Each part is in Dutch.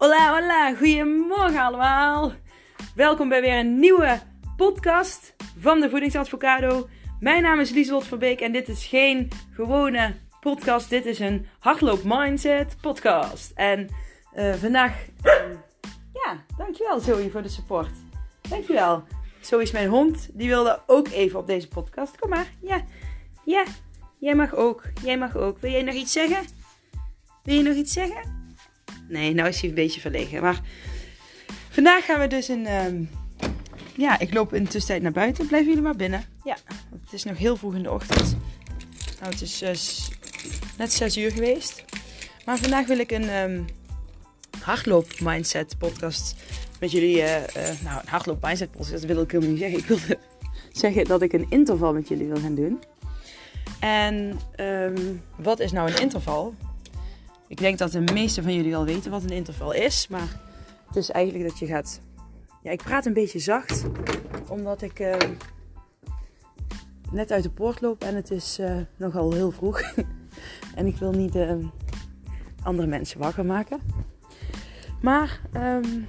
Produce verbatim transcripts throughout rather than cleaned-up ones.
Hola, hola, goedemorgen allemaal. Welkom bij weer een nieuwe podcast van de Voedingsadvocado. Mijn naam is Lieselot van Beek en dit is geen gewone podcast. Dit is een hardloop mindset podcast. En uh, vandaag, uh, ja, dankjewel Zoe voor de support. Dankjewel. Zoe is mijn hond, die wilde ook even op deze podcast. Kom maar, ja, ja, jij mag ook, jij mag ook. Wil jij nog iets zeggen? Wil je nog iets zeggen? Nee, nou is hij een beetje verlegen. Maar vandaag gaan we dus een... Um, ja, ik loop in de tussentijd naar buiten. Blijven jullie maar binnen. Ja, want het is nog heel vroeg in de ochtend. Nou, het is uh, s- net zes uur geweest. Maar vandaag wil ik een um, hardloop mindset podcast met jullie... Uh, uh, nou, een hardloop mindset podcast, dat wil ik helemaal niet zeggen. Ik wilde zeggen dat ik een interval met jullie wil gaan doen. En um, wat is nou een interval? Ik denk dat de meeste van jullie al weten wat een interval is. Maar het is eigenlijk dat je gaat... Ja, ik praat een beetje zacht. Omdat ik uh, net uit de poort loop. En het is uh, nogal heel vroeg. En ik wil niet uh, andere mensen wakker maken. Maar um,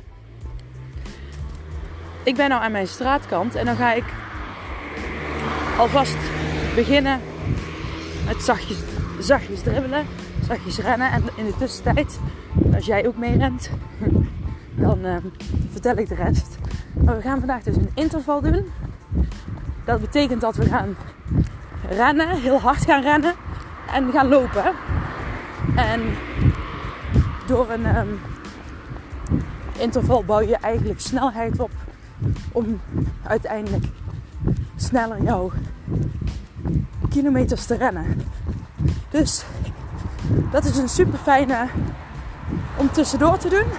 ik ben nou aan mijn straatkant. En dan ga ik alvast beginnen met zachtjes, zachtjes dribbelen. Zachtjes rennen en in de tussentijd, als jij ook mee rent, dan uh, vertel ik de rest. Maar we gaan vandaag dus een interval doen. Dat betekent dat we gaan rennen, heel hard gaan rennen en gaan lopen. En door een um, interval bouw je eigenlijk snelheid op om uiteindelijk sneller jouw kilometers te rennen. Dus dat is een super fijne om tussendoor te doen.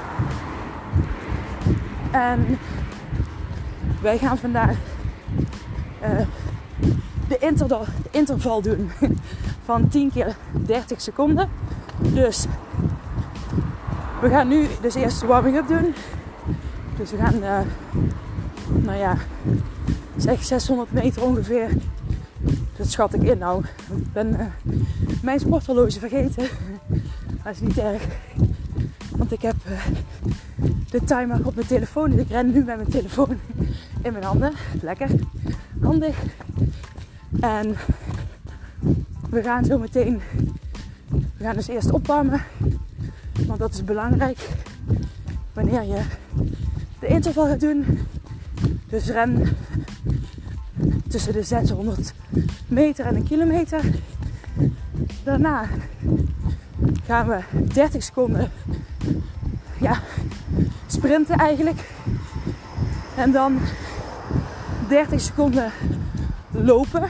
En wij gaan vandaag uh, de interval, interval doen van tien keer dertig seconden. Dus we gaan nu dus eerst de warming-up doen. Dus we gaan, uh, nou ja, zeg zeshonderd meter ongeveer. Dat schat ik in nou. Ik ben uh, mijn sporthorloge vergeten. Dat is niet erg. Want ik heb uh, de timer op mijn telefoon. Dus ik ren nu met mijn telefoon in mijn handen. Lekker. Handig. En we gaan zo meteen... We gaan dus eerst opwarmen. Want dat is belangrijk. Wanneer je de interval gaat doen. Dus ren tussen de zeshonderd meter en een kilometer. Daarna gaan we dertig seconden ja, sprinten eigenlijk. En dan dertig seconden lopen.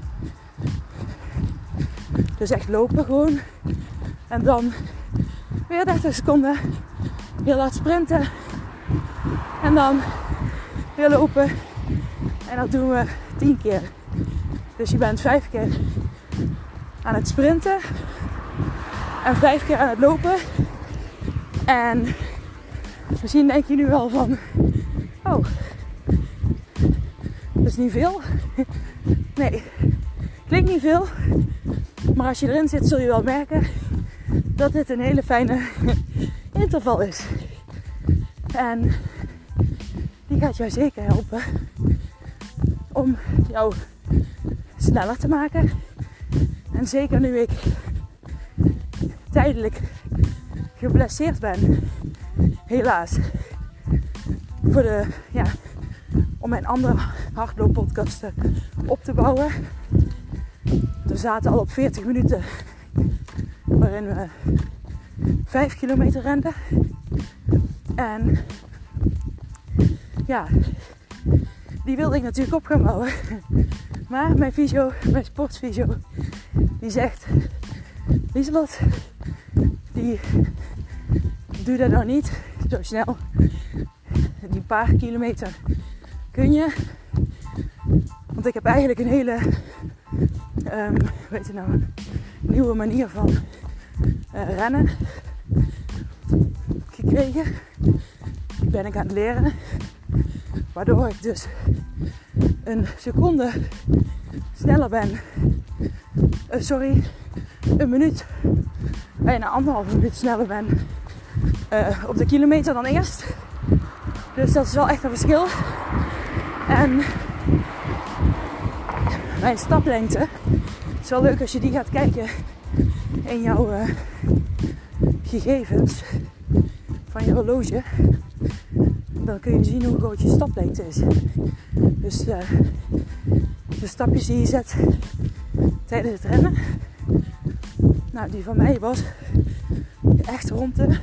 Dus echt lopen gewoon. En dan weer dertig seconden heel hard sprinten. En dan weer lopen. En dat doen we tien keer. Dus je bent vijf keer aan het sprinten. En vijf keer aan het lopen. En misschien denk je nu wel van... Oh, dat is niet veel. Nee, klinkt niet veel. Maar als je erin zit zul je wel merken dat dit een hele fijne interval is. En die gaat jou zeker helpen om jou sneller te maken. En zeker nu ik tijdelijk geblesseerd ben, helaas, voor de, ja, om mijn andere hardlooppodcasten op te bouwen. We zaten al op veertig minuten waarin we vijf kilometer renden. En ja, die wilde ik natuurlijk op gaan bouwen. Maar mijn fysio, mijn sportfysio, die zegt... Lieselot, die doe dat nou niet zo snel. Die paar kilometer kun je. Want ik heb eigenlijk een hele... Um, weet je nou, nieuwe manier van uh, rennen gekregen. Die ben ik aan het leren. Waardoor ik dus een seconde sneller ben. Uh, sorry, een minuut, bijna anderhalve minuut sneller ben uh, op de kilometer dan eerst. Dus dat is wel echt een verschil. En mijn staplengte. Het is wel leuk als je die gaat kijken in jouw uh, gegevens van je horloge. Dan kun je zien hoe groot je staplengte is. Dus uh, de stapjes die je zet tijdens het rennen. Nou, die van mij was echt rond de,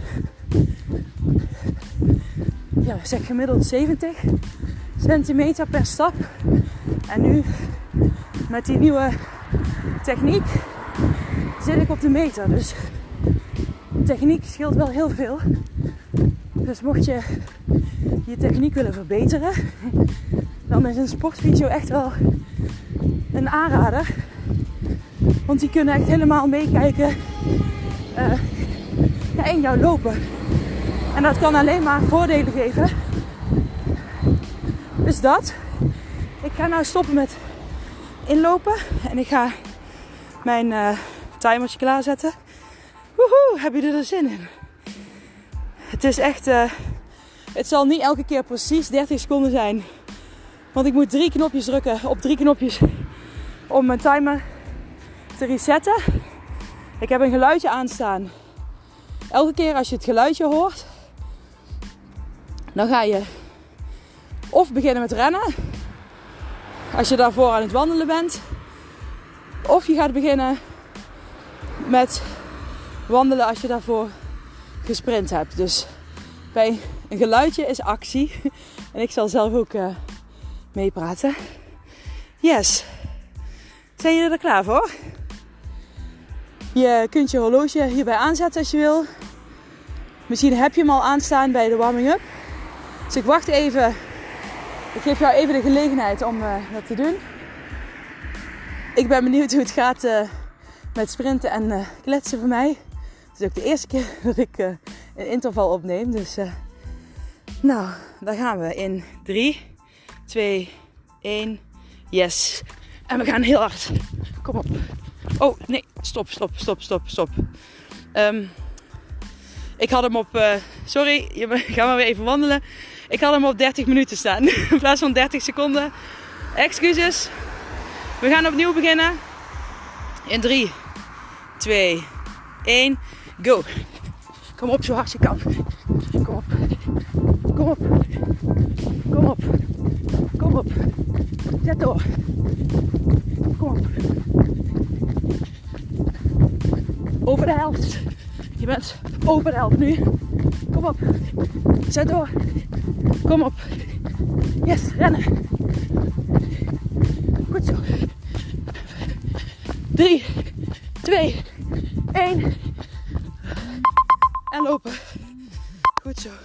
ja, zeg gemiddeld zeventig centimeter per stap. En nu met die nieuwe techniek zit ik op de meter. Dus techniek scheelt wel heel veel. Dus mocht je je techniek willen verbeteren, dan is een sportvideo echt wel een aanrader. Want die kunnen echt helemaal meekijken uh, ja, in jouw lopen. En dat kan alleen maar voordelen geven. Dus dat. Ik ga nou stoppen met inlopen. En ik ga mijn uh, timertje klaarzetten. Woehoe, heb je er dus zin in? Het is echt... Uh, het zal niet elke keer precies dertig seconden zijn. Want ik moet drie knopjes drukken. Op drie knopjes. Om mijn timer te resetten. Ik heb een geluidje aanstaan. Elke keer als je het geluidje hoort, dan ga je of beginnen met rennen. Als je daarvoor aan het wandelen bent. Of je gaat beginnen met wandelen als je daarvoor gesprint hebt. Dus bij een geluidje is actie. En ik zal zelf ook uh, meepraten. Yes. Zijn jullie er klaar voor? Je kunt je horloge hierbij aanzetten als je wil. Misschien heb je hem al aanstaan bij de warming-up. Dus ik wacht even. Ik geef jou even de gelegenheid om uh, dat te doen. Ik ben benieuwd hoe het gaat uh, met sprinten en uh, kletsen voor mij. Het is ook de eerste keer dat ik uh, een interval opneem. Dus uh, nou, daar gaan we in drie, twee, één. Yes. En we gaan heel hard. Kom op. Oh, nee. Stop, stop, stop, stop, stop. Um, ik had hem op... Uh, sorry, je ga maar weer even wandelen. Ik had hem op dertig minuten staan. In plaats van dertig seconden. Excuses. We gaan opnieuw beginnen. In drie, twee, één. Go. Kom op zo hard je kan. Kom op. Kom op. Kom op. Kom op. Zet door. Kom op. Over de helft. Je bent over de helft nu. Kom op. Zet door. Kom op. Yes, rennen. Goed zo. drie, twee, één. En lopen. Goed zo.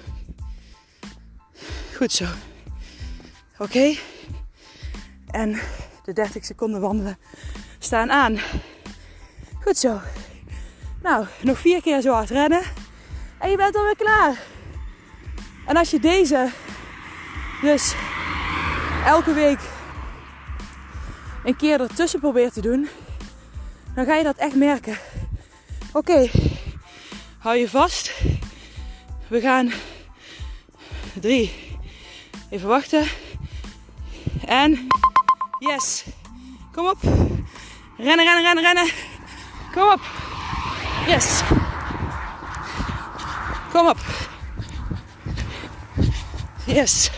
Goed zo. Oké. Okay. En de dertig seconden wandelen staan aan. Goed zo. Nou, nog vier keer zo hard rennen. En je bent alweer klaar. En als je deze dus elke week een keer ertussen probeert te doen, dan ga je dat echt merken. Oké, okay. Hou je vast. We gaan drie. Even wachten. En yes. Kom op. Rennen, rennen, rennen, rennen. Kom op. Yes. Kom op. Yes.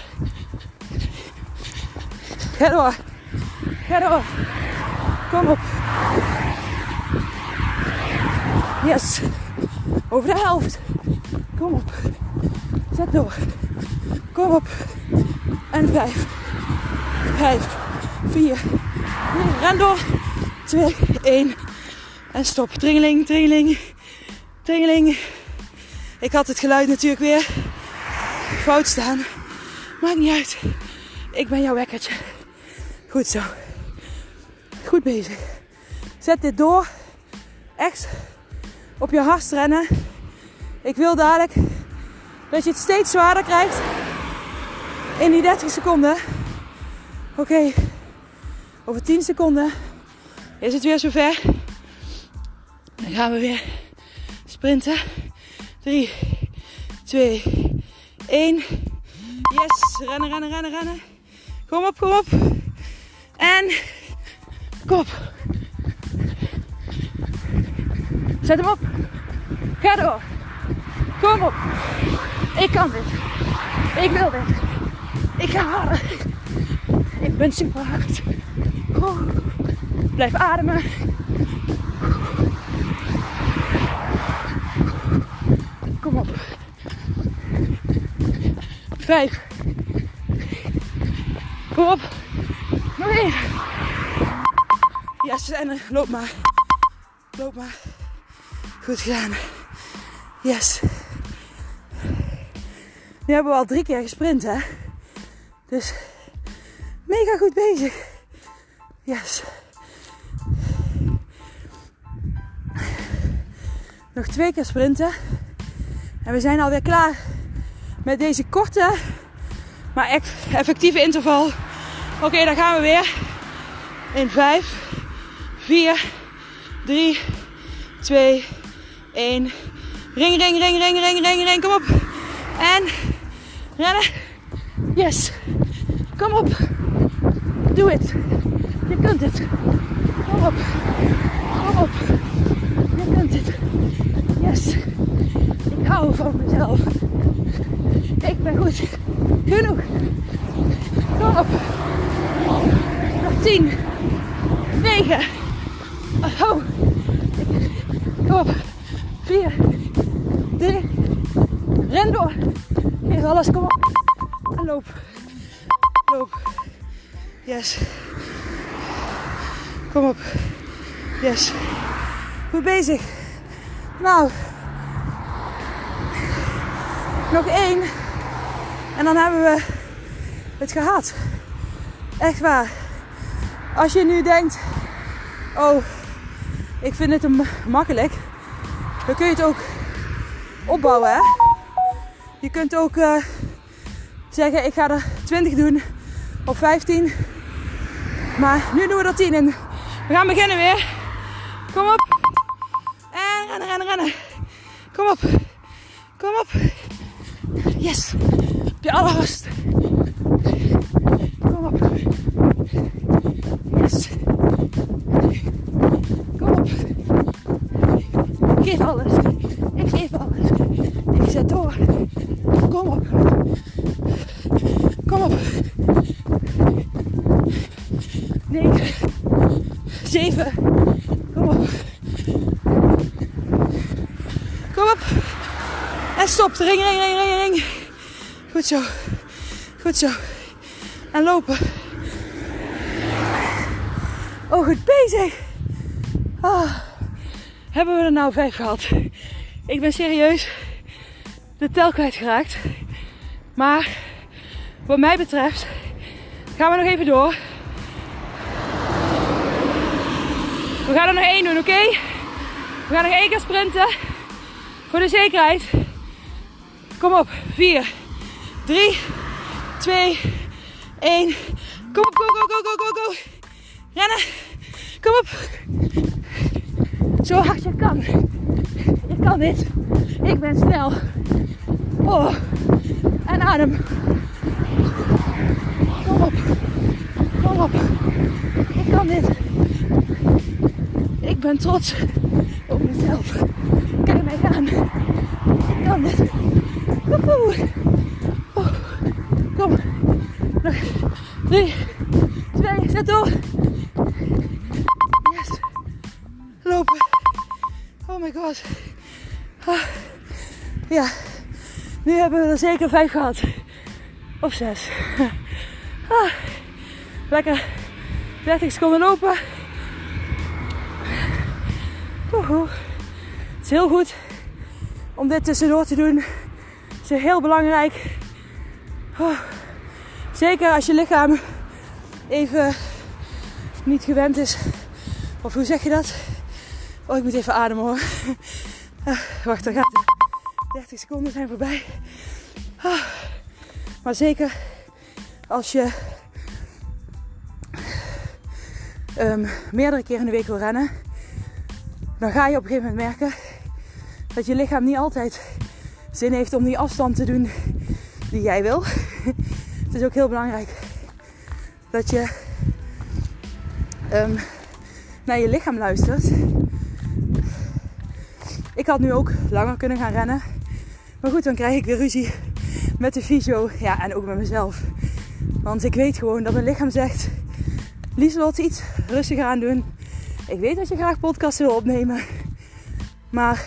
Ga door. Ga door. Kom op. Yes. Over de helft. Kom op. Zet door. Kom op. En vijf. Vijf. Vier. Vier. Ren door. Twee. Één. En stop. Tringeling. Tringeling. Tringeling. Ik had het geluid natuurlijk weer fout staan. Maakt niet uit. Ik ben jouw wekkertje. Goed zo. Goed bezig. Zet dit door. Echt op je hart rennen. Ik wil dadelijk dat je het steeds zwaarder krijgt. In die dertig seconden. Oké. Okay. Over tien seconden is het weer zover. Dan gaan we weer sprinten. drie, twee, één. Yes, rennen, rennen, rennen, rennen. Kom op, kom op. En kom op. Zet hem op. Ga door. Kom op. Ik kan dit. Ik wil dit. Ik ga harder. Ik ben super hard. Oh. Blijf ademen. Kom op. Vijf. Kom op. Nog even. Yes, en loop maar. Loop maar. Goed gedaan. Yes. Nu hebben we al drie keer gesprint, hè. Dus mega goed bezig. Yes. Nog twee keer sprinten. En we zijn alweer klaar met deze korte, maar echt effectieve interval. Oké, okay, dan gaan we weer. In vijf, vier, drie, twee, één. Ring, ring, ring, ring, ring, ring, ring. Kom op. En rennen. Yes. Kom op. Doe het. Je kunt het. Kom op. Kom op. Je kunt het. Yes. Ik hou van mezelf. Ik ben goed. Genoeg. Kom op. Nog tien. negen. Oh. Kom op. vier. drie. Ren door. Geef alles. Kom op. En loop. Loop. Yes. Kom op. Yes. Goed bezig. Nou. Nog één. En dan hebben we het gehad. Echt waar. Als je nu denkt, oh, ik vind het hem makkelijk. Dan kun je het ook opbouwen, hè. Je kunt ook uh, zeggen, ik ga er twintig doen. Of vijftien. Maar nu doen we er tien in. We gaan beginnen weer. Kom op. En rennen, rennen, rennen. Kom op. Kom op. Yes. Op je allerhardst. Kom op. Yes. Kom op. Geef alles. Ik geef alles. Ik zet door. Kom op. Kom op. negen. zeven. Kom op. Kom op. En stop. Ring, ring, ring, ring, ring. Goed zo. Goed zo. En lopen. Oh, goed bezig. Ah. Hebben we er nou vijf gehad? Ik ben serieus de tel kwijtgeraakt. Maar wat mij betreft gaan we nog even door. We gaan er nog één doen, oké? Okay? We gaan nog één keer sprinten. Voor de zekerheid. Kom op. vier, drie, twee, één. Kom op, go, go, go, go, go, go. Rennen. Kom op. Zo hard je kan. Je kan dit. Ik ben snel. Oh. En adem. Kom op. Kom op. Ik kan dit. Ik ben trots op mezelf. Kijk mij aan. Ik kan dit. Woehoe. Oh. Kom. Nog drie, twee, zet door. Yes. Lopen. Oh my god. Ah. Ja. Nu hebben we er zeker vijf gehad. Of zes. Ah. Lekker dertig seconden lopen. Woehoe. Het is heel goed om dit tussendoor te doen. Het is heel belangrijk. Oh. Zeker als je lichaam even niet gewend is. Of hoe zeg je dat? Oh, ik moet even ademen hoor. Ah, wacht, dan gaat het. dertig seconden zijn voorbij. Ah. Maar zeker als je um, meerdere keren in de week wil rennen, dan ga je op een gegeven moment merken dat je lichaam niet altijd zin heeft om die afstand te doen die jij wil. Het is ook heel belangrijk dat je um, naar je lichaam luistert. Ik had nu ook langer kunnen gaan rennen. Maar goed, dan krijg ik weer ruzie met de fysio. Ja, en ook met mezelf. Want ik weet gewoon dat mijn lichaam zegt: Lieselot, iets rustiger aan doen. Ik weet dat je graag podcasten wil opnemen. Maar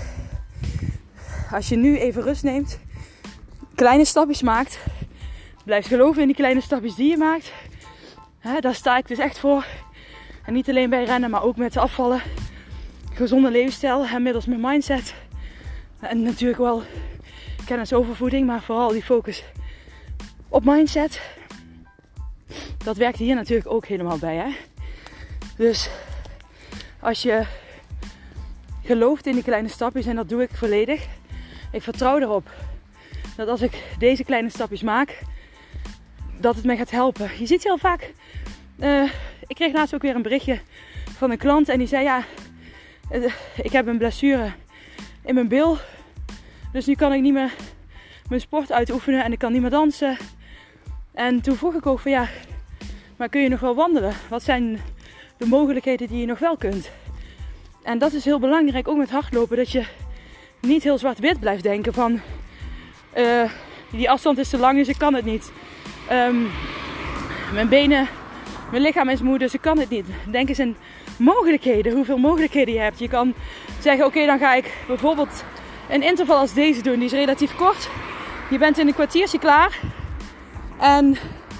als je nu even rust neemt, kleine stapjes maakt, blijft geloven in die kleine stapjes die je maakt. Hè, daar sta ik dus echt voor. En niet alleen bij rennen, maar ook met afvallen. Gezonde levensstijl en middels mijn mindset. En natuurlijk wel kennisovervoeding, maar vooral die focus op mindset. Dat werkt hier natuurlijk ook helemaal bij. Hè? Dus als je gelooft in die kleine stapjes, en dat doe ik volledig. Ik vertrouw erop dat als ik deze kleine stapjes maak, dat het mij gaat helpen. Je ziet heel vaak, uh, ik kreeg laatst ook weer een berichtje van een klant en die zei: ja, uh, ik heb een blessure in mijn bil. Dus nu kan ik niet meer mijn sport uitoefenen en ik kan niet meer dansen. En toen vroeg ik ook van ja, maar kun je nog wel wandelen? Wat zijn de mogelijkheden die je nog wel kunt? En dat is heel belangrijk, ook met hardlopen, dat je niet heel zwart-wit blijft denken van uh, die afstand is te lang, dus ik kan het niet. Um, mijn benen, mijn lichaam is moe, dus ik kan het niet. Denk eens in mogelijkheden, hoeveel mogelijkheden je hebt. Je kan zeggen, oké, okay, dan ga ik bijvoorbeeld een interval als deze doen. Die is relatief kort. Je bent in een kwartiertje klaar. En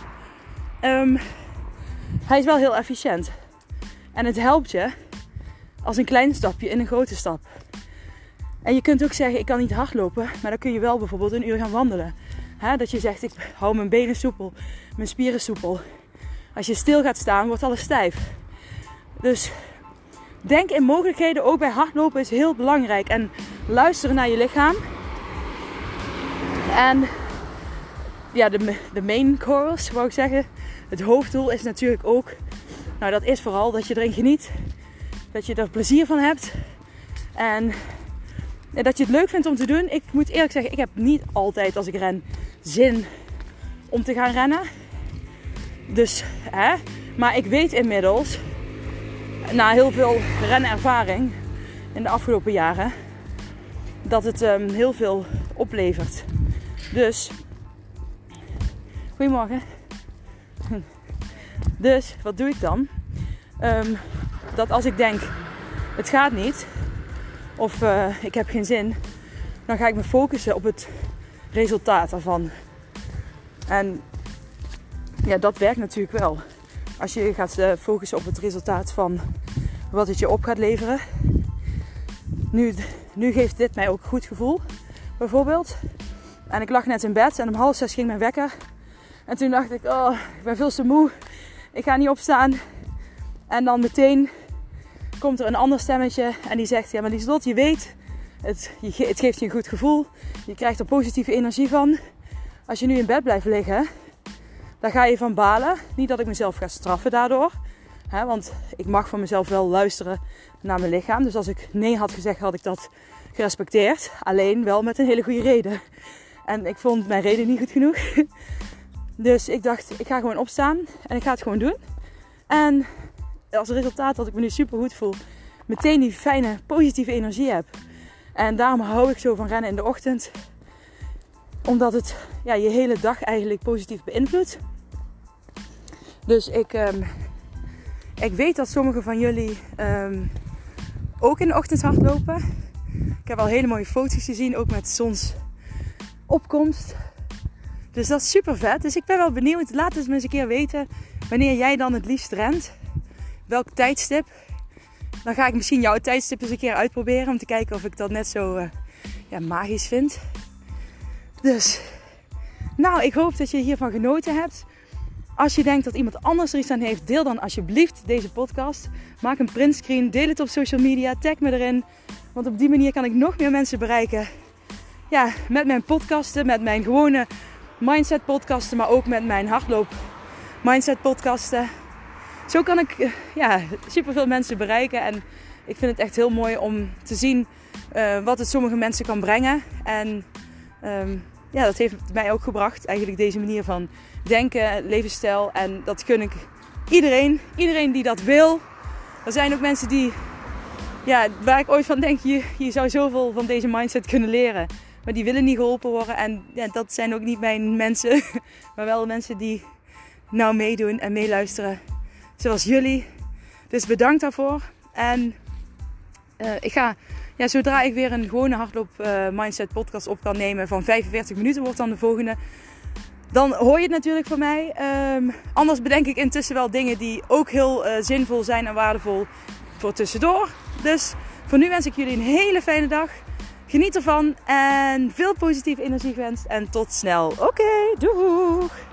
um, hij is wel heel efficiënt. En het helpt je als een klein stapje in een grote stap. En je kunt ook zeggen, ik kan niet hardlopen. Maar dan kun je wel bijvoorbeeld een uur gaan wandelen. He, dat je zegt, ik hou mijn benen soepel. Mijn spieren soepel. Als je stil gaat staan, wordt alles stijf. Dus denk in mogelijkheden. Ook bij hardlopen is heel belangrijk. En luisteren naar je lichaam. En ja, de, de main course, wou ik zeggen. Het hoofddoel is natuurlijk ook, nou dat is vooral dat je erin geniet. Dat je er plezier van hebt. En dat je het leuk vindt om te doen. Ik moet eerlijk zeggen, ik heb niet altijd als ik ren zin om te gaan rennen. Dus, hè. Maar ik weet inmiddels, na heel veel renervaring in de afgelopen jaren, dat het um, heel veel oplevert. Dus, goedemorgen. Dus, wat doe ik dan? Um, dat als ik denk, het gaat niet, of uh, ik heb geen zin, dan ga ik me focussen op het resultaat daarvan. En ja, dat werkt natuurlijk wel. Als je gaat uh, focussen op het resultaat van wat het je op gaat leveren. Nu, nu geeft dit mij ook een goed gevoel, bijvoorbeeld. En ik lag net in bed en om half zes ging mijn wekker. En toen dacht ik, oh, ik ben veel te moe. Ik ga niet opstaan. En dan meteen komt er een ander stemmetje en die zegt, ja maar Lieselot, je weet, het, je, het geeft je een goed gevoel. Je krijgt er positieve energie van. Als je nu in bed blijft liggen, dan ga je van balen. Niet dat ik mezelf ga straffen daardoor. Hè, want ik mag van mezelf wel luisteren naar mijn lichaam. Dus als ik nee had gezegd, had ik dat gerespecteerd. Alleen wel met een hele goede reden. En ik vond mijn reden niet goed genoeg. Dus ik dacht, ik ga gewoon opstaan en ik ga het gewoon doen. En als resultaat dat ik me nu super goed voel, meteen die fijne, positieve energie heb. En daarom hou ik zo van rennen in de ochtend. Omdat het ja, je hele dag eigenlijk positief beïnvloedt. Dus ik, um, ik weet dat sommigen van jullie um, ook in de ochtend hardlopen. Ik heb al hele mooie foto's gezien, ook met zonsopkomst. Dus dat is super vet. Dus ik ben wel benieuwd. Laat het me eens een keer weten wanneer jij dan het liefst rent. Welk tijdstip. Dan ga ik misschien jouw tijdstip eens een keer uitproberen. Om te kijken of ik dat net zo uh, ja, magisch vind. Dus, nou, ik hoop dat je hiervan genoten hebt. Als je denkt dat iemand anders er iets aan heeft, deel dan alsjeblieft deze podcast. Maak een printscreen, deel het op social media, tag me erin. Want op die manier kan ik nog meer mensen bereiken. Ja, met mijn podcasten, met mijn gewone mindset podcasten, maar ook met mijn hardloop mindset podcasten. Zo kan ik ja, superveel mensen bereiken. En ik vind het echt heel mooi om te zien uh, wat het sommige mensen kan brengen. En Um, ja, dat heeft mij ook gebracht. Eigenlijk deze manier van denken, levensstijl. En dat gun ik iedereen. Iedereen die dat wil. Er zijn ook mensen die, ja, waar ik ooit van denk, je, je zou zoveel van deze mindset kunnen leren. Maar die willen niet geholpen worden. En ja, dat zijn ook niet mijn mensen. Maar wel mensen die nou meedoen en meeluisteren. Zoals jullie. Dus bedankt daarvoor. En uh, ik ga, ja, zodra ik weer een gewone hardloop uh, mindset podcast op kan nemen van vijfenveertig minuten wordt dan de volgende. Dan hoor je het natuurlijk van mij. Um, anders bedenk ik intussen wel dingen die ook heel uh, zinvol zijn en waardevol voor tussendoor. Dus voor nu wens ik jullie een hele fijne dag. Geniet ervan en veel positieve energie gewenst. En tot snel. Oké, okay, doeg!